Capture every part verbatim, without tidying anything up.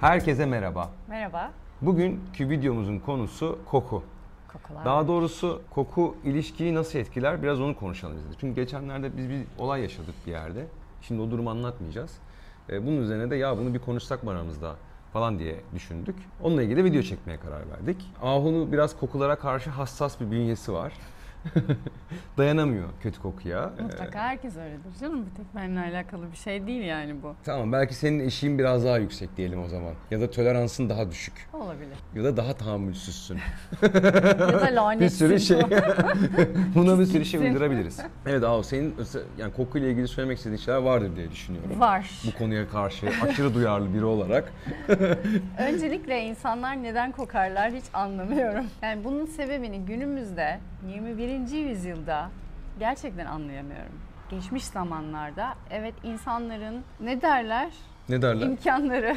Herkese merhaba. Merhaba. Bugünkü videomuzun konusu koku. Kokular. Daha doğrusu koku ilişkiyi nasıl etkiler biraz onu konuşalım biz de. Çünkü geçenlerde biz bir olay yaşadık bir yerde. Şimdi o durumu anlatmayacağız. Bunun üzerine de ya bunu bir konuşsak mı aramızda falan diye düşündük. Onunla ilgili video çekmeye karar verdik. Ahu'nun biraz kokulara karşı hassas bir bünyesi var. Dayanamıyor kötü kokuya. Mutlaka herkes öyledir canım. Bir tek benimle alakalı bir şey değil yani bu. Tamam, belki senin eşiğin biraz daha yüksek diyelim o zaman. Ya da toleransın daha düşük. Olabilir. Ya da daha tahammülsüzsün. Ya da lanetsin. Bir sürü şey. Buna bir sürü şey uydurabiliriz. Evet Ahu, senin yani kokuyla ilgili söylemek istediğin şeyler vardır diye düşünüyorum. Var. Bu konuya karşı aşırı duyarlı biri olarak. Öncelikle insanlar neden kokarlar hiç anlamıyorum. Yani bunun sebebini günümüzde yirmi birinci yüzyılda gerçekten anlayamıyorum. Geçmiş zamanlarda evet insanların ne derler? Ne derler? İmkanları.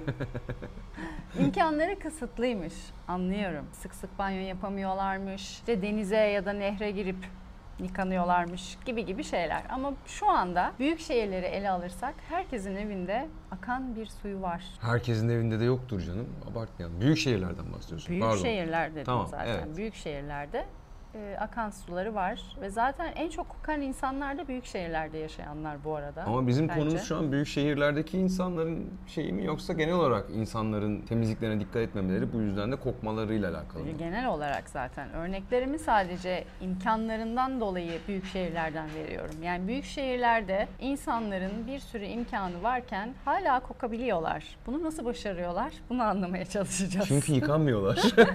İmkanları kısıtlıymış. Anlıyorum. Sık sık banyo yapamıyorlarmış. İşte denize ya da nehre girip yıkanıyorlarmış gibi gibi şeyler. Ama şu anda büyük şehirleri ele alırsak herkesin evinde akan bir suyu var. Herkesin evinde de yoktur canım. Abartmayalım. Büyük şehirlerden bahsediyorsun. Büyük Pardon. şehirler dedim Tamam, zaten. evet. Büyük şehirlerde e, akan suları var ve zaten en çok kokan insanlar da büyük şehirlerde yaşayanlar bu arada. Ama bizim bence. konumuz şu an büyük şehirlerdeki insanların şeyi mi, yoksa genel olarak insanların temizliklerine dikkat etmemeleri, bu yüzden de kokmalarıyla alakalı mı? Genel olarak zaten örneklerimi sadece imkanlarından dolayı büyük şehirlerden veriyorum. Yani büyük şehirlerde insanların bir sürü imkanı varken hala kokabiliyorlar. Bunu nasıl başarıyorlar? Bunu anlamaya çalışacağız. Çünkü yıkanmıyorlar.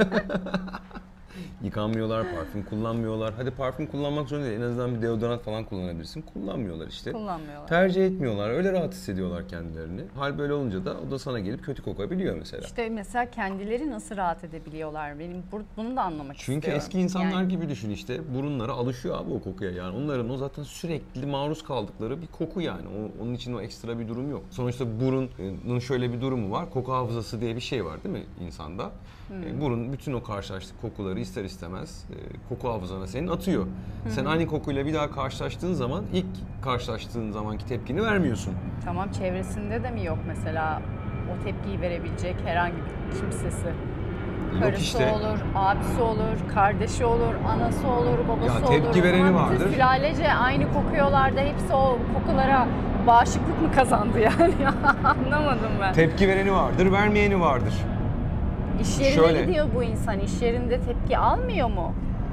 Yıkanmıyorlar, parfüm kullanmıyorlar. Hadi parfüm kullanmak zorunda değil. En azından bir deodorant falan kullanabilirsin. Kullanmıyorlar işte. Kullanmıyorlar. Tercih etmiyorlar. Öyle rahat hissediyorlar kendilerini. Hal böyle olunca da o da sana gelip kötü kokabiliyor mesela. İşte mesela kendileri nasıl rahat edebiliyorlar? Benim bunu da anlamak Çünkü istiyorum. eski insanlar yani... gibi düşün işte. Burunları alışıyor abi o kokuya yani. Onların o zaten sürekli maruz kaldıkları bir koku yani. O, onun için o ekstra bir durum yok. Sonuçta burunun şöyle bir durumu var. Koku hafızası diye bir şey var değil mi insanda? Hmm. Burun bütün o karşılaştığı kokuları ister istemez e, koku hafızana senin atıyor. Hı-hı. Sen aynı kokuyla bir daha karşılaştığın zaman ilk karşılaştığın zamanki tepkini vermiyorsun. Tamam, çevresinde de mi yok mesela o tepkiyi verebilecek herhangi bir kimsesi? Karısı işte. olur, abisi olur, kardeşi olur, anası olur, babası ya, olur. Tepki vereni vardır. Bütün sülalece aynı kokuyorlar da hepsi o kokulara bağışıklık mı kazandı yani? Anlamadım ben. Tepki vereni vardır, vermeyeni vardır. İş yerine Şöyle. gidiyor bu insan. İş yerinde tepki almıyor mu?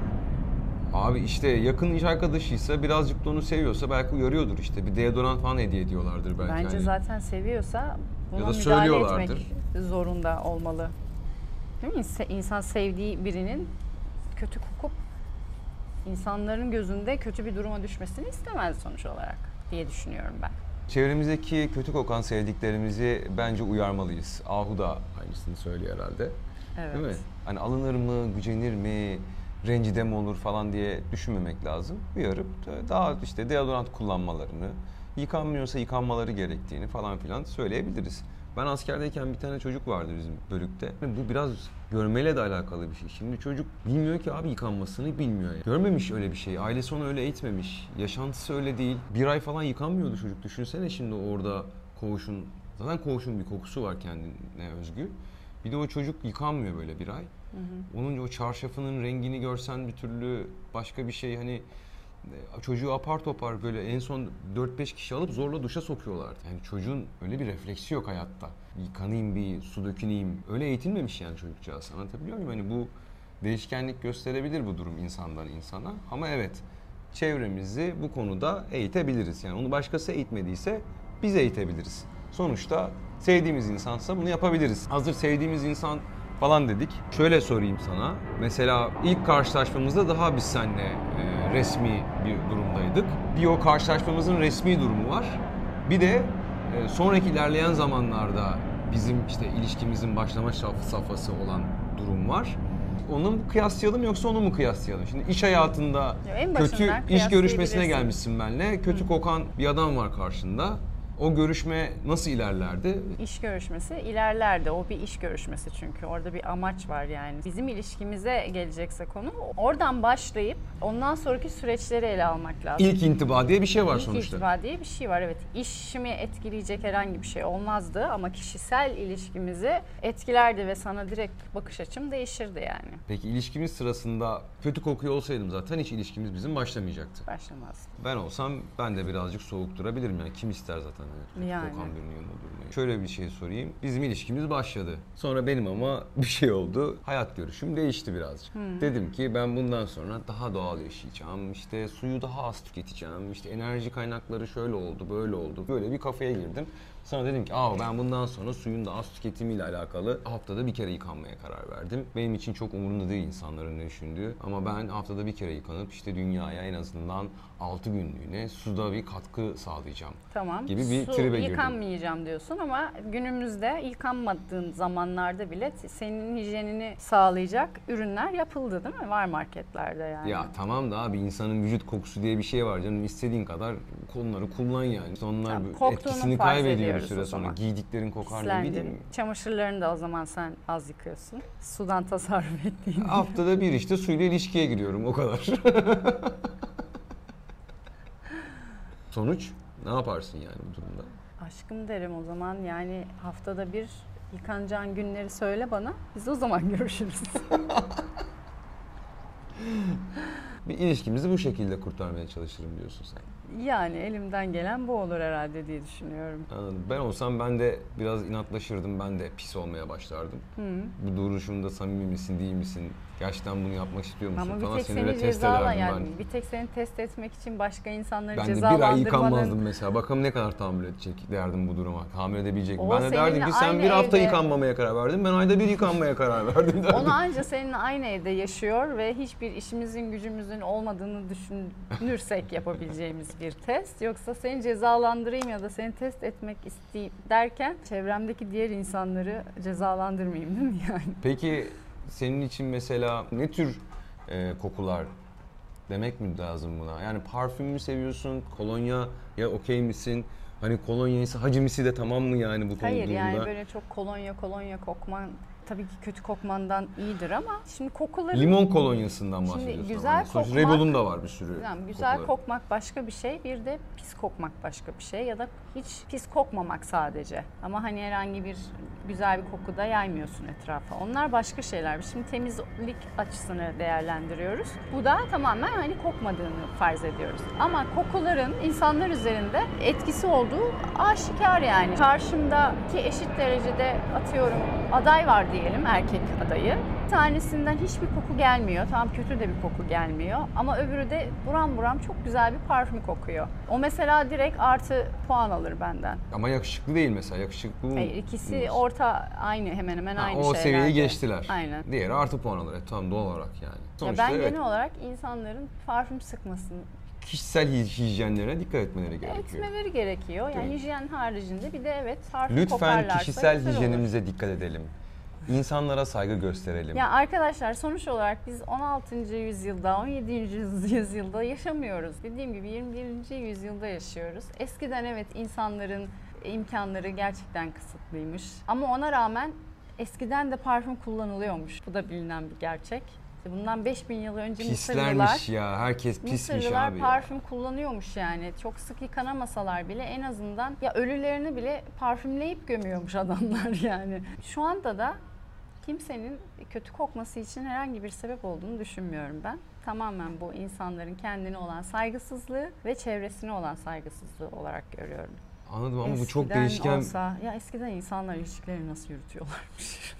Abi işte yakın iş arkadaşıysa, birazcık da onu seviyorsa belki uyarıyordur işte. Bir deodorant falan hediye ediyorlardır belki. Bence yani. Zaten seviyorsa buna ya da müdahale etmek zorunda olmalı. Değil mi? İnsan sevdiği birinin kötü kokup insanların gözünde kötü bir duruma düşmesini istemez sonuç olarak diye düşünüyorum ben. Çevremizdeki kötü kokan sevdiklerimizi bence uyarmalıyız. Ahu da aynısını söylüyor herhalde. Evet. Değil mi? Hani alınır mı, gücenir mi, rencide mi olur falan diye düşünmemek lazım. Uyarıp daha işte deodorant kullanmalarını, yıkanmıyorsa yıkanmaları gerektiğini falan filan söyleyebiliriz. Ben askerdeyken bir tane çocuk vardı bizim bölükte. Bu biraz görmeyle de alakalı bir şey. Şimdi çocuk bilmiyor ki abi, yıkanmasını bilmiyor. Yani. Görmemiş öyle bir şey. Ailesi onu öyle eğitmemiş. Yaşantısı öyle değil. Bir ay falan yıkanmıyordu çocuk. Düşünsene şimdi orada koğuşun, zaten koğuşun bir kokusu var kendine özgü. Bir de o çocuk yıkanmıyor böyle bir ay. Hı hı. Onun o çarşafının rengini görsen bir türlü başka bir şey, hani çocuğu apar topar böyle en son dört beş kişi alıp zorla duşa sokuyorlardı. Yani çocuğun öyle bir refleksi yok hayatta. Yıkanayım, bir su döküneyim. Öyle eğitilmemiş yani çocukcağız. Anlatabiliyor muyum? Hani bu değişkenlik gösterebilir bu durum insandan insana. Ama evet, çevremizi bu konuda eğitebiliriz. Yani onu başkası eğitmediyse biz eğitebiliriz. Sonuçta sevdiğimiz insansa bunu yapabiliriz. Hazır sevdiğimiz insan falan dedik. Şöyle sorayım sana. Mesela ilk karşılaşmamızda daha biz seninle e, resmi bir durumdaydık. Bir o karşılaşmamızın resmi durumu var. Bir de e, sonraki ilerleyen zamanlarda bizim işte ilişkimizin başlama safhası olan durum var. Onu mu kıyaslayalım yoksa onu mu kıyaslayalım? Şimdi iş hayatında kötü iş görüşmesine gelmişsin benimle. Kötü kokan bir adam var karşında. O görüşme nasıl ilerlerdi? İş görüşmesi ilerlerde. O bir iş görüşmesi çünkü. Orada bir amaç var yani. Bizim ilişkimize gelecekse konu oradan başlayıp ondan sonraki süreçleri ele almak lazım. İlk intiba diye bir şey var İlk sonuçta. İlk intiba diye bir şey var, evet. İşimi etkileyecek herhangi bir şey olmazdı ama kişisel ilişkimizi etkilerdi ve sana direkt bakış açım değişirdi yani. Peki ilişkimiz sırasında kötü kokuyor olsaydım zaten hiç ilişkimiz bizim başlamayacaktı. Başlamaz. Ben olsam ben de birazcık soğuk durabilirim yani. Kim ister zaten yani, Yani. kokan birinin yanında durmayı. Şöyle bir şey sorayım. Bizim ilişkimiz başladı. Sonra benim ama bir şey oldu. Hayat görüşüm değişti birazcık. Hmm. Dedim ki ben bundan sonra daha doğal yaşayacağım. İşte suyu daha az tüketeceğim. İşte enerji kaynakları şöyle oldu, böyle oldu. Böyle bir kafaya girdim. Sonra dedim ki aa ben bundan sonra suyun da az tüketimiyle alakalı haftada bir kere yıkanmaya karar verdim. Benim için çok umurumda değil insanların ne düşündüğü. Ama ben haftada bir kere yıkanıp işte dünyaya en azından altı günlüğüne suda bir katkı sağlayacağım. Tamam. Gibi bir Su, tribe girdim. Yıkanmayacağım diyorsun ama günümüzde yıkanmadığın zamanlarda bile senin hijyenini sağlayacak ürünler yapıldı değil mi? Var marketlerde yani. Ya tamam da abi insanın vücut kokusu diye bir şey var canım. İstediğin kadar onları kullan yani. Onlar tamam, etkisini kaybediyor bir süre sonra. Giydiklerin kokar ne bileyim. Çamaşırlarını da o zaman sen az yıkıyorsun. Sudan tasarruf ettiğin. Haftada bir işte suyla ilişkiye giriyorum o kadar. Sonuç ne yaparsın yani bu durumda? Aşkım derim o zaman, yani haftada bir yıkanacağın günleri söyle bana. Biz o zaman görüşürüz. Bir ilişkimizi bu şekilde kurtarmaya çalışırım diyorsun sen. Yani elimden gelen bu olur herhalde diye düşünüyorum. Anladım. Ben olsam ben de biraz inatlaşırdım. Ben de pis olmaya başlardım. Hı. Bu duruşumda samimi misin, değil misin? Gerçekten bunu yapmak istiyor musun? Ama bir falan tek seni seni test cezala ederdim yani. ben. Bir tek seni test etmek için başka insanları ben de cezalandırmanın... bir ay yıkanmazdım mesela. Bakalım ne kadar tahammül edecek derdim bu duruma. Tahammül edebilecek mi? O Ben de derdim ki sen bir hafta evde... yıkanmamaya karar verdin. Ben ayda bir yıkanmaya karar verdim derdim. Onu anca seninle aynı evde yaşıyor ve hiçbir işimizin gücümüzün olmadığını düşünürsek yapabileceğimiz bir test. Yoksa seni cezalandırayım ya da seni test etmek isteyeyim derken çevremdeki diğer insanları cezalandırmayayım değil mi yani? Peki senin için mesela ne tür e, kokular demek mi lazım buna? Yani parfüm mü seviyorsun, kolonya ya okey misin? Hani kolonya ise hacimisi de tamam mı yani bu Hayır durumda? yani böyle çok kolonya kolonya kokman tabii ki kötü kokmandan iyidir ama şimdi kokuların... Limon kolonyasından bahsediyorsun. Şimdi güzel yani. kokmak... Rebel'un da var bir sürü yani güzel kokuları. kokmak başka bir şey, bir de pis kokmak başka bir şey ya da hiç pis kokmamak sadece. Ama hani herhangi bir güzel bir koku da yaymıyorsun etrafa. Onlar başka şeyler. Şimdi temizlik açısını değerlendiriyoruz. Bu da tamamen hani kokmadığını farz ediyoruz. Ama kokuların insanlar üzerinde etkisi olduğu aşikar yani. Karşımdaki eşit derecede atıyorum aday var diyelim, erkek adayı. Bir tanesinden hiçbir koku gelmiyor. Tamam kötü de bir koku gelmiyor. Ama öbürü de buram buram çok güzel bir parfüm kokuyor. O mesela direkt artı puan alır benden. Ama yakışıklı değil mesela. Yakışıklı mı? Hayır, ikisi orta aynı, hemen hemen ha, aynı o şeyler. O seviyeyi geçtiler. Aynen. Diğeri artı puan alır. Evet, tamam doğal olarak yani. Sonuçta, ya ben evet. genel olarak insanların parfüm sıkmasını kişisel hijyenlerine dikkat etmeleri gerekiyor. Etmeleri gerekiyor. Yani evet. Hijyen haricinde bir de evet parfüm lütfen kokarlarsa lütfen kişisel hijyenimize olur. Dikkat edelim. İnsanlara saygı gösterelim. Ya arkadaşlar sonuç olarak biz on altıncı yüzyılda, on yedinci yüzyılda yaşamıyoruz. Dediğim gibi yirmi birinci yüzyılda yaşıyoruz. Eskiden evet insanların imkanları gerçekten kısıtlıymış. Ama ona rağmen eskiden de parfüm kullanılıyormuş. Bu da bilinen bir gerçek. Bundan beş bin yıl önce Pislermiş ya, herkes pismiş Mısırlılar abi parfüm ya. kullanıyormuş yani. Çok sık yıkanamasalar bile en azından ya ölülerini bile parfümleyip gömüyormuş adamlar yani. Şu anda da kimsenin kötü kokması için herhangi bir sebep olduğunu düşünmüyorum ben. Tamamen bu insanların kendine olan saygısızlığı ve çevresine olan saygısızlığı olarak görüyorum. Anladım ama eskiden bu çok değişken. Olsa, ya eskiden insanlar ilişkileri nasıl yürütüyorlarmış?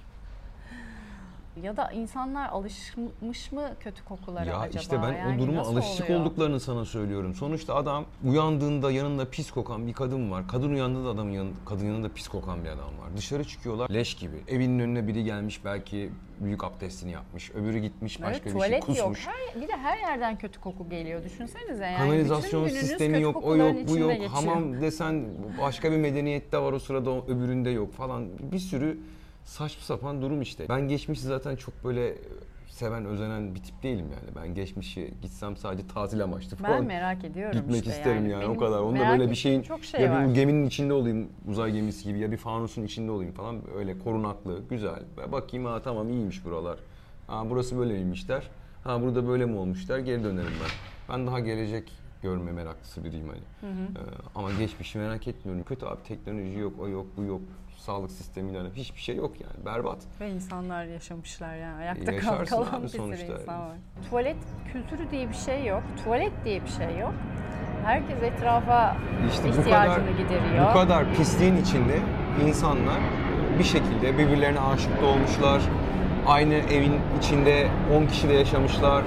Ya da insanlar alışmış mı kötü kokulara ya acaba? işte ben yani o duruma alışık oluyor? olduklarını sana söylüyorum. Sonuçta adam uyandığında yanında pis kokan bir kadın var. Kadın uyandığında adamın yanında, kadın yanında pis kokan bir adam var. Dışarı çıkıyorlar leş gibi. Evinin önüne biri gelmiş belki büyük abdestini yapmış. Öbürü gitmiş başka evet, bir şey kusmuş. Yok. Her, bir de her yerden kötü koku geliyor. Düşünsenize yani. Kanalizasyon sistemi yok, o yok, bu yok. Geçiyor. Hamam desen başka bir medeniyette var o sırada öbüründe yok falan. Bir sürü saçma sapan durum işte. Ben geçmişi zaten çok böyle seven, özenen bir tip değilim yani. Ben geçmişe gitsem sadece tatil amaçlı falan. Ben merak ediyorum Gitmek işte isterim yani. yani, Benim o kadar. Onda merak böyle bir ettiğim şeyin çok şey ya var. bir geminin içinde olayım, uzay gemisi gibi, ya bir fanusun içinde olayım falan, öyle korunaklı, güzel. Ve bakayım, ha tamam iyiymiş buralar. Ha burası böyle miymiş der. Ha burada böyle mi olmuş der, geri dönerim ben. Ben daha gelecek görme meraklısı biriyim hani. Hı hı. Ee, ama geçmişi merak etmiyorum. Kötü abi, teknoloji yok, o yok, bu yok. Sağlık sistemiyle hiçbir şey yok yani, berbat. Ve insanlar yaşamışlar yani, ayakta Yaşarsın kalan abi bir sürü sonuçta. insan var. Tuvalet kültürü diye bir şey yok, tuvalet diye bir şey yok. Herkes etrafa İşte ihtiyacını bu kadar, gideriyor. bu kadar pisliğin içinde insanlar bir şekilde birbirlerine aşık da olmuşlar. Aynı evin içinde on kişi de yaşamışlar.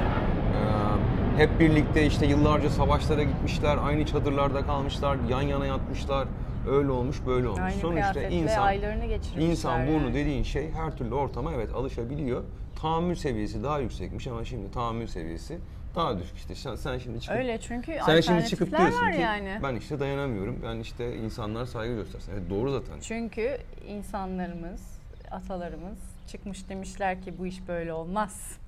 Ee, hep birlikte işte yıllarca savaşlara gitmişler. Aynı çadırlarda kalmışlar, yan yana yatmışlar. Öyle olmuş, böyle olmuş. Aynı Sonuçta kıyafetle insan, aylarını geçirmişler insan burnu yani. dediğin şey her türlü ortama evet alışabiliyor. Tahammül seviyesi daha yüksekmiş ama şimdi tahammül seviyesi daha düşük işte. Sen, sen şimdi çıkıp Öyle çünkü sen şimdi çıkıp alternatifler diyorsun var ki yani. ben işte dayanamıyorum. Ben işte insanlar saygı göstersin. Evet doğru zaten. Çünkü insanlarımız, atalarımız çıkmış demişler ki bu iş böyle olmaz.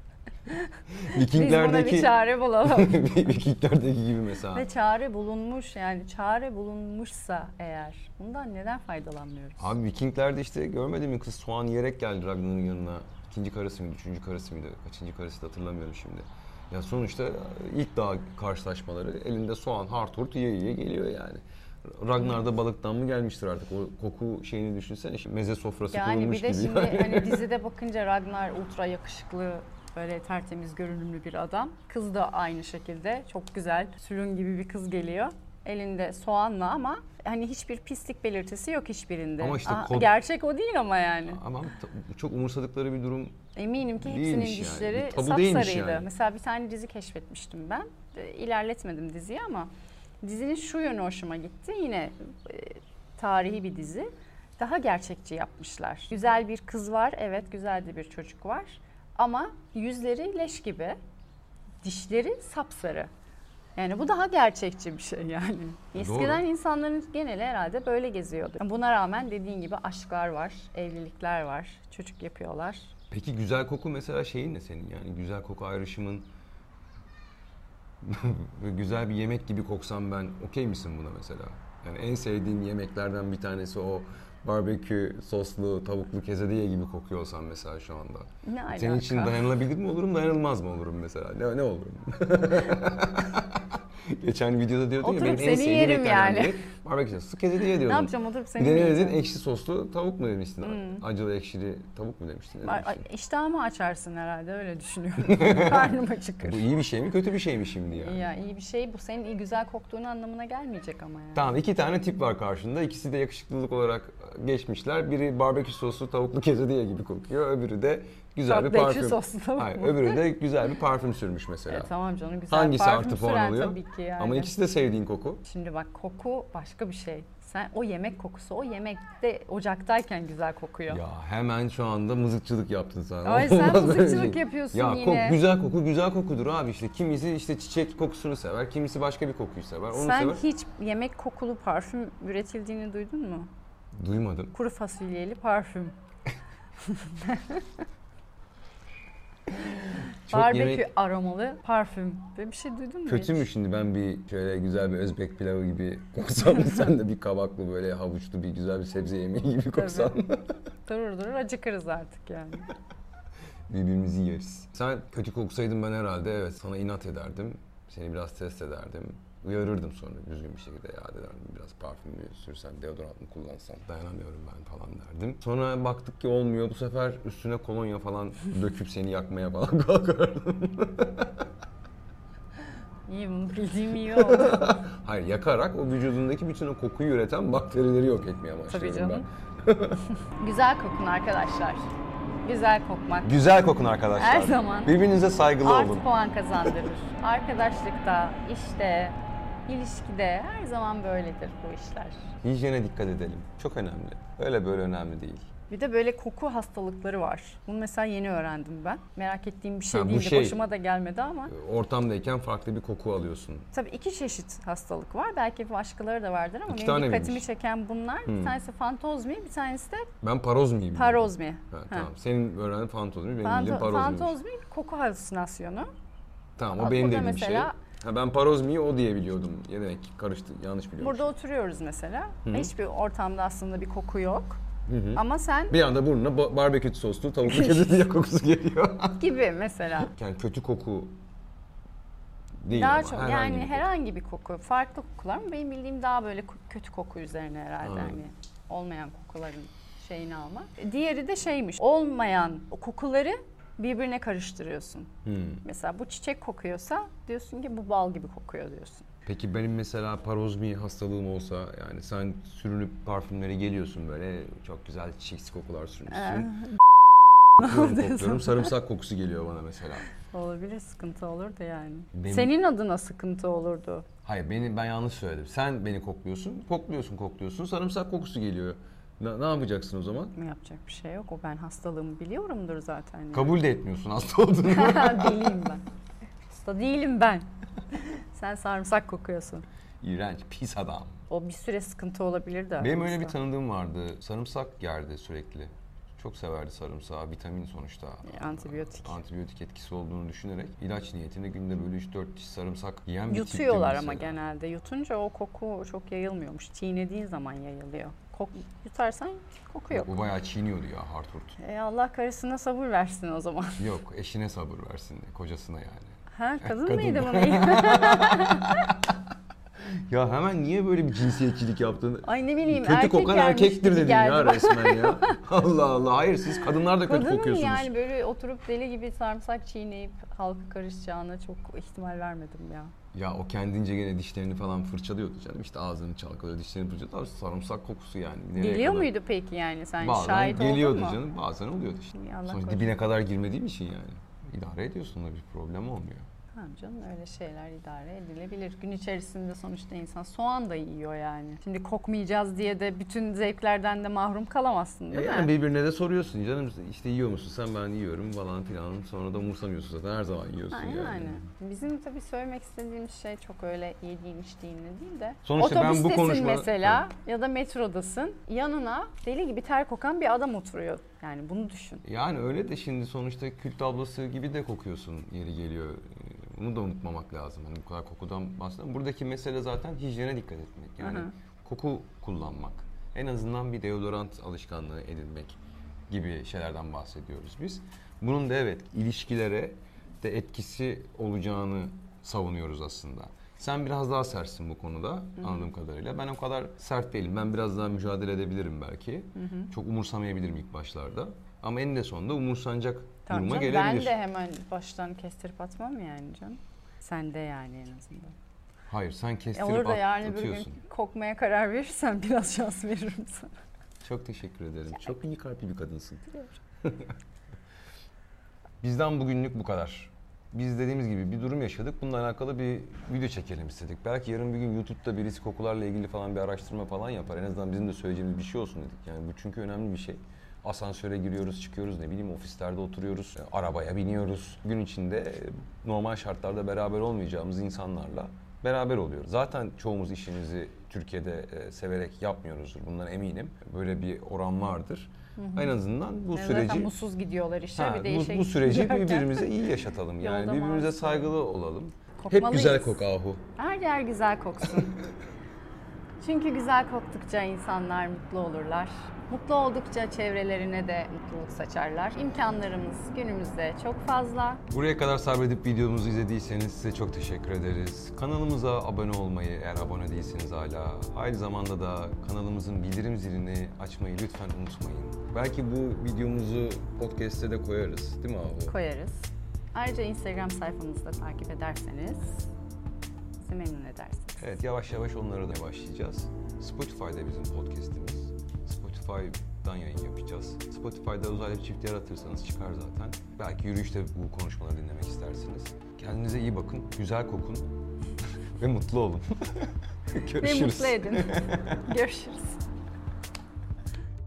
Biz buna bir çare bulalım. Vikinglerdeki gibi mesela. Ve çare bulunmuş, yani çare bulunmuşsa eğer bundan neden faydalanmıyoruz? Abi Vikinglerde işte görmedin mi, kız soğan yiyerek geldi Ragnar'ın yanına. İkinci karısı mıydı, üçüncü karısı mıydı, kaçıncı karısı da hatırlamıyorum şimdi. Ya sonuçta ilk dağ karşılaşmaları, elinde soğan hart hurt yiye yiye geliyor yani. Ragnar da balıktan mı gelmiştir artık, o koku şeyini düşünsene, şimdi meze sofrası Yani kurulmuş bir de gibi. şimdi yani. hani dizide bakınca Ragnar ultra yakışıklı, böyle tertemiz görünümlü bir adam. Kız da aynı şekilde çok güzel, sülün gibi bir kız geliyor. Elinde soğanla ama hani hiçbir pislik belirtisi yok hiçbirinde. Ama işte Aa, kod- gerçek o değil ama yani. Ama ta- çok umursadıkları bir durum. Eminim ki hepsinin Değilmiş yani. dişleri Bir tabu değilmiş sapsarıydı. yani. Mesela bir tane dizi keşfetmiştim ben. E, İlerletmedim diziyi ama dizinin şu yönü hoşuma gitti. Yine e, tarihi bir dizi. Daha gerçekçi yapmışlar. Güzel bir kız var, evet güzel de bir çocuk var. Ama yüzleri leş gibi, dişleri sapsarı. Yani bu daha gerçekçi bir şey yani. Eskiden Doğru. insanların geneli herhalde böyle geziyordu. Buna rağmen dediğin gibi aşklar var, evlilikler var, çocuk yapıyorlar. Peki güzel koku mesela şeyin ne senin, yani güzel koku ayrışımın güzel bir yemek gibi koksam ben okey misin buna mesela? Yani en sevdiğin yemeklerden bir tanesi o barbekü soslu tavuklu kezediye gibi kokuyor olsam mesela şu anda. Ne alaka? Senin için dayanılabilir mi olurum, dayanılmaz mı olurum mesela? Ne, ne olurum? Geçen videoda diyordun ya Oturup benim en seni sevdiğim yerim yemeklerden yani. biri barbekü soslu kezediye diyordun. Ne yapacağım, oturup Bir seni de ne dedin? yiyeceğim. Ekşi soslu tavuk mu demiştin? Hmm. Acılı ekşili tavuk mu demiştin? Ne Ay- ay, demiştin? İştahımı açarsın herhalde, öyle düşünüyorum. Karnım acıkır. Bu iyi bir şey mi, kötü bir şey mi şimdi yani? Ya iyi bir şey, bu senin iyi güzel koktuğunu anlamına gelmeyecek ama yani. Tamam, iki tane tip var karşında. İkisi de yakışıklılık olarak geçmişler. Biri barbekü soslu tavuklu kezediye gibi kokuyor. Öbürü de güzel bir Barbekü parfüm. soslu tavuk Hayır, mu? öbürü de güzel bir parfüm sürmüş mesela. Evet, tamam canım, güzel Hangisi parfüm artı puan süren oluyor? tabii ki yani. Ama ikisi de sevdiğin koku. Şimdi bak, koku başka bir şey. Sen o yemek kokusu, o yemekte ocaktayken güzel kokuyor. Ya hemen şu anda mızıkçılık yaptın sen. Ay sen Olmaz böyle mızıkçılık şey. yapıyorsun ya, yine. Kok, güzel koku güzel kokudur abi işte. Kimisi işte çiçek kokusunu sever, kimisi başka bir kokuyu sever. Onu Sen sever. hiç yemek kokulu parfüm üretildiğini duydun mu? Duymadım. Kuru fasulyeli parfüm. Çok Barbekü yemek- aromalı parfüm. Böyle bir şey duydun mu Kötü hiç? mü şimdi ben bir şöyle güzel bir Özbek pilavı gibi koksam, sen de bir kabaklı böyle havuçlu bir güzel bir sebze yemeği gibi koksan. Durur durur acıkırız artık yani. Birbirimizi yeriz. Sen kötü koksaydın ben herhalde evet sana inat ederdim. Seni biraz test ederdim. Uyarırdım sonra düzgün bir şekilde, ya derdim biraz parfüm mü sürsen, deodorant mı kullansan, dayanamıyorum ben falan derdim. Sonra baktık ki olmuyor, bu sefer üstüne kolonya falan döküp seni yakmaya falan kalkardım. İyi, bunu bildiğim iyi oldu. Hayır, yakarak o vücudundaki bütün o kokuyu üreten bakterileri yok etmeye Tabii başlıyorum canım. ben. Güzel kokun arkadaşlar. Güzel kokmak Güzel kokun arkadaşlar. Her zaman. Birbirinize saygılı artı olun. puan kazandırır. Arkadaşlıkta, işte, ilişkide her zaman böyledir bu işler. Hijyene dikkat edelim. Çok önemli. Öyle böyle önemli değil. Bir de böyle koku hastalıkları var. Bunu mesela yeni öğrendim ben. Merak ettiğim bir şey Ha, bu değildi. şey- Hoşuma da gelmedi ama. Ortamdayken farklı bir koku alıyorsun. Tabii iki çeşit hastalık var. Belki başkaları da vardır ama İki benim tane dikkatimi miymiş? çeken bunlar. Hmm. Bir tanesi fantozmi, bir tanesi de Ben parozmiyim. parozmi. Ha, Ha. tamam. Senin öğrendiğin fantozmi, benim Fanto- bildiğim parozmiymiş. fantozmi koku halüsinasyonu. Tamam, o Bak, benim burada dediğim mesela- şey. Ha, ben parozmiyi o diye biliyordum. Ya demek ki karıştı, yanlış biliyorum. Burada oturuyoruz mesela. Hı. Hiçbir ortamda aslında bir koku yok. Hı hı. Ama sen Bir anda burnuna ba- barbekü soslu tavuklu kedi kokusu geliyor. gibi mesela. Yani kötü koku değil Daha ama çok herhangi yani bir koku. herhangi bir koku. Farklı kokular mı? Benim bildiğim daha böyle ko- kötü koku üzerine herhalde. Anladım. Hani olmayan kokuların şeyini almak. Diğeri de şeymiş. Olmayan o kokuları birbirine karıştırıyorsun. Hmm. Mesela bu çiçek kokuyorsa diyorsun ki bu bal gibi kokuyor diyorsun. Peki benim mesela parozmi hastalığım olsa, yani sen sürünüp parfümlere geliyorsun, böyle çok güzel çiçeksi kokular sürmüşsün. Ee, Kokluyorum, kokluyorum, sarımsak kokusu geliyor bana mesela. Olabilir, sıkıntı olurdu yani. Benim- Senin adına sıkıntı olurdu. Hayır, beni ben yanlış söyledim. Sen beni kokluyorsun, kokluyorsun, kokluyorsun, sarımsak kokusu geliyor. Ne, ne yapacaksın o zaman? Yapacak bir şey yok. O ben hastalığımı biliyorumdur zaten. Yani. Kabul de etmiyorsun hasta olduğunu. Deliyim ben. Hasta değilim ben. Sen sarımsak kokuyorsun. İğrenç, pis adam. O bir süre sıkıntı olabilir de. Benim öyle bir aramızda. tanıdığım vardı. Sarımsak yerdi sürekli. Çok severdi sarımsağı, vitamin sonuçta. E, antibiyotik. Antibiyotik etkisi olduğunu düşünerek ilaç niyetinde günde böyle üç dört diş sarımsak yiyen bir tipti Yutuyorlar mesela. ama genelde. Yutunca o koku çok yayılmıyormuş. Çiğnediğin zaman yayılıyor. Kok, yutarsan koku yok. Bu bayağı çiğniyordu ya, hart hurt. E Allah karısına sabır versin o zaman. Yok, eşine sabır versin, kocasına yani. Ha kadın, Kadın. mıydı bunu? Ya hemen niye böyle bir cinsiyetçilik yaptın? Ay ne bileyim, Kötü erkek kokan gelmiş erkektir gibi dedin geldi ya bana. resmen ya. Allah Allah, hayır siz kadınlar da kötü Kadın kokuyorsunuz. yani böyle oturup deli gibi sarımsak çiğneyip halka karışacağına çok ihtimal vermedim ya. Ya o kendince gene dişlerini falan fırçalıyordu canım. İşte ağzını çalkalıyor, dişlerini fırçalıyordu. Sarımsak kokusu yani. Nereye Geliyor kadar? muydu peki yani, sen Bazen şahit geliyordu oldun mu? canım, bazen oluyordu işte. İyi, Allah Sonuçta korusun. dibine kadar girmediğim için yani. İdare ediyorsun da bir problem olmuyor. Tamam canım, öyle şeyler idare edilebilir. Gün içerisinde sonuçta insan soğan da yiyor yani. Şimdi kokmayacağız diye de bütün zevklerden de mahrum kalamazsın değil E mi? yani birbirine de soruyorsun canım, işte yiyor musun sen, ben yiyorum falan filan, sonra da umursamıyorsun zaten, her zaman yiyorsun Ha, yani. yani. Bizim tabii söylemek istediğimiz şey çok öyle yediğin içtiğinle değil de. Sonuçta ben bu Otobüstesin konuşma- mesela ya da metrodasın, yanına deli gibi ter kokan bir adam oturuyor. Yani bunu düşün. Yani öyle de şimdi sonuçta kült ablası gibi de kokuyorsun yeri geliyor. Bunu da unutmamak lazım. Hani bu kadar kokudan bahsediyorum. Buradaki mesele zaten hijyene dikkat etmek. Yani Hı hı. koku kullanmak. En azından bir deodorant alışkanlığı edinmek gibi şeylerden bahsediyoruz biz. Bunun da evet ilişkilere de etkisi olacağını savunuyoruz aslında. Sen biraz daha sertsin bu konuda, hı hı, anladığım kadarıyla. Ben o kadar sert değilim. Ben biraz daha mücadele edebilirim belki. Hı hı. Çok umursamayabilirim ilk başlarda. Ama eninde sonunda umursanacak Tamam duruma canım, gelebilir. ben de hemen baştan kestirip atmam yani canım. Sen de yani en azından. Hayır, sen E kestirip olur da at- yani bir gün atıyorsun. kokmaya karar verirsen biraz şans veririm sana. Çok teşekkür ederim. Çok iyi kalpli bir kadınsın. Bizden bugünlük bu kadar. Biz dediğimiz gibi bir durum yaşadık. Bununla alakalı bir video çekelim istedik. Belki yarın bir gün YouTube'da birisi kokularla ilgili falan bir araştırma falan yapar. En azından bizim de söyleyeceğimiz bir şey olsun dedik. Yani bu çünkü önemli bir şey. Asansöre giriyoruz, çıkıyoruz, ne bileyim ofislerde oturuyoruz, arabaya biniyoruz. Gün içinde normal şartlarda beraber olmayacağımız insanlarla beraber oluyoruz. Zaten çoğumuz işimizi Türkiye'de severek yapmıyoruzdur. Bundan eminim. Böyle bir oran vardır. Hı hı. En azından bu yani süreci... Zaten mutsuz gidiyorlar işe, Ha, bir de işe bu, bu süreci giderken. birbirimize iyi yaşatalım. Yani Yolda birbirimize maruz saygılı olalım. Hep Kokmalıyız. güzel kok ahu. Her yer güzel koksun. Çünkü güzel koktukça insanlar mutlu olurlar. Mutlu oldukça çevrelerine de mutluluk saçarlar. İmkanlarımız günümüzde çok fazla. Buraya kadar sabredip videomuzu izlediyseniz size çok teşekkür ederiz. Kanalımıza abone olmayı, eğer abone değilseniz hala, aynı zamanda da kanalımızın bildirim zilini açmayı lütfen unutmayın. Belki bu videomuzu podcast'te de koyarız, değil mi Ahu? Koyarız. Ayrıca Instagram sayfamızda takip ederseniz bizi memnun edersiniz. Evet, yavaş yavaş onlara da başlayacağız. Spotify'da bizim podcast'imiz. Spotify'dan yayın yapacağız. Spotify'da uzaylı çift yaratırsanız çıkar zaten. Belki yürüyüşte bu konuşmaları dinlemek istersiniz. Kendinize iyi bakın, güzel kokun ve mutlu olun. Görüşürüz. Ve mutlu edin. Görüşürüz.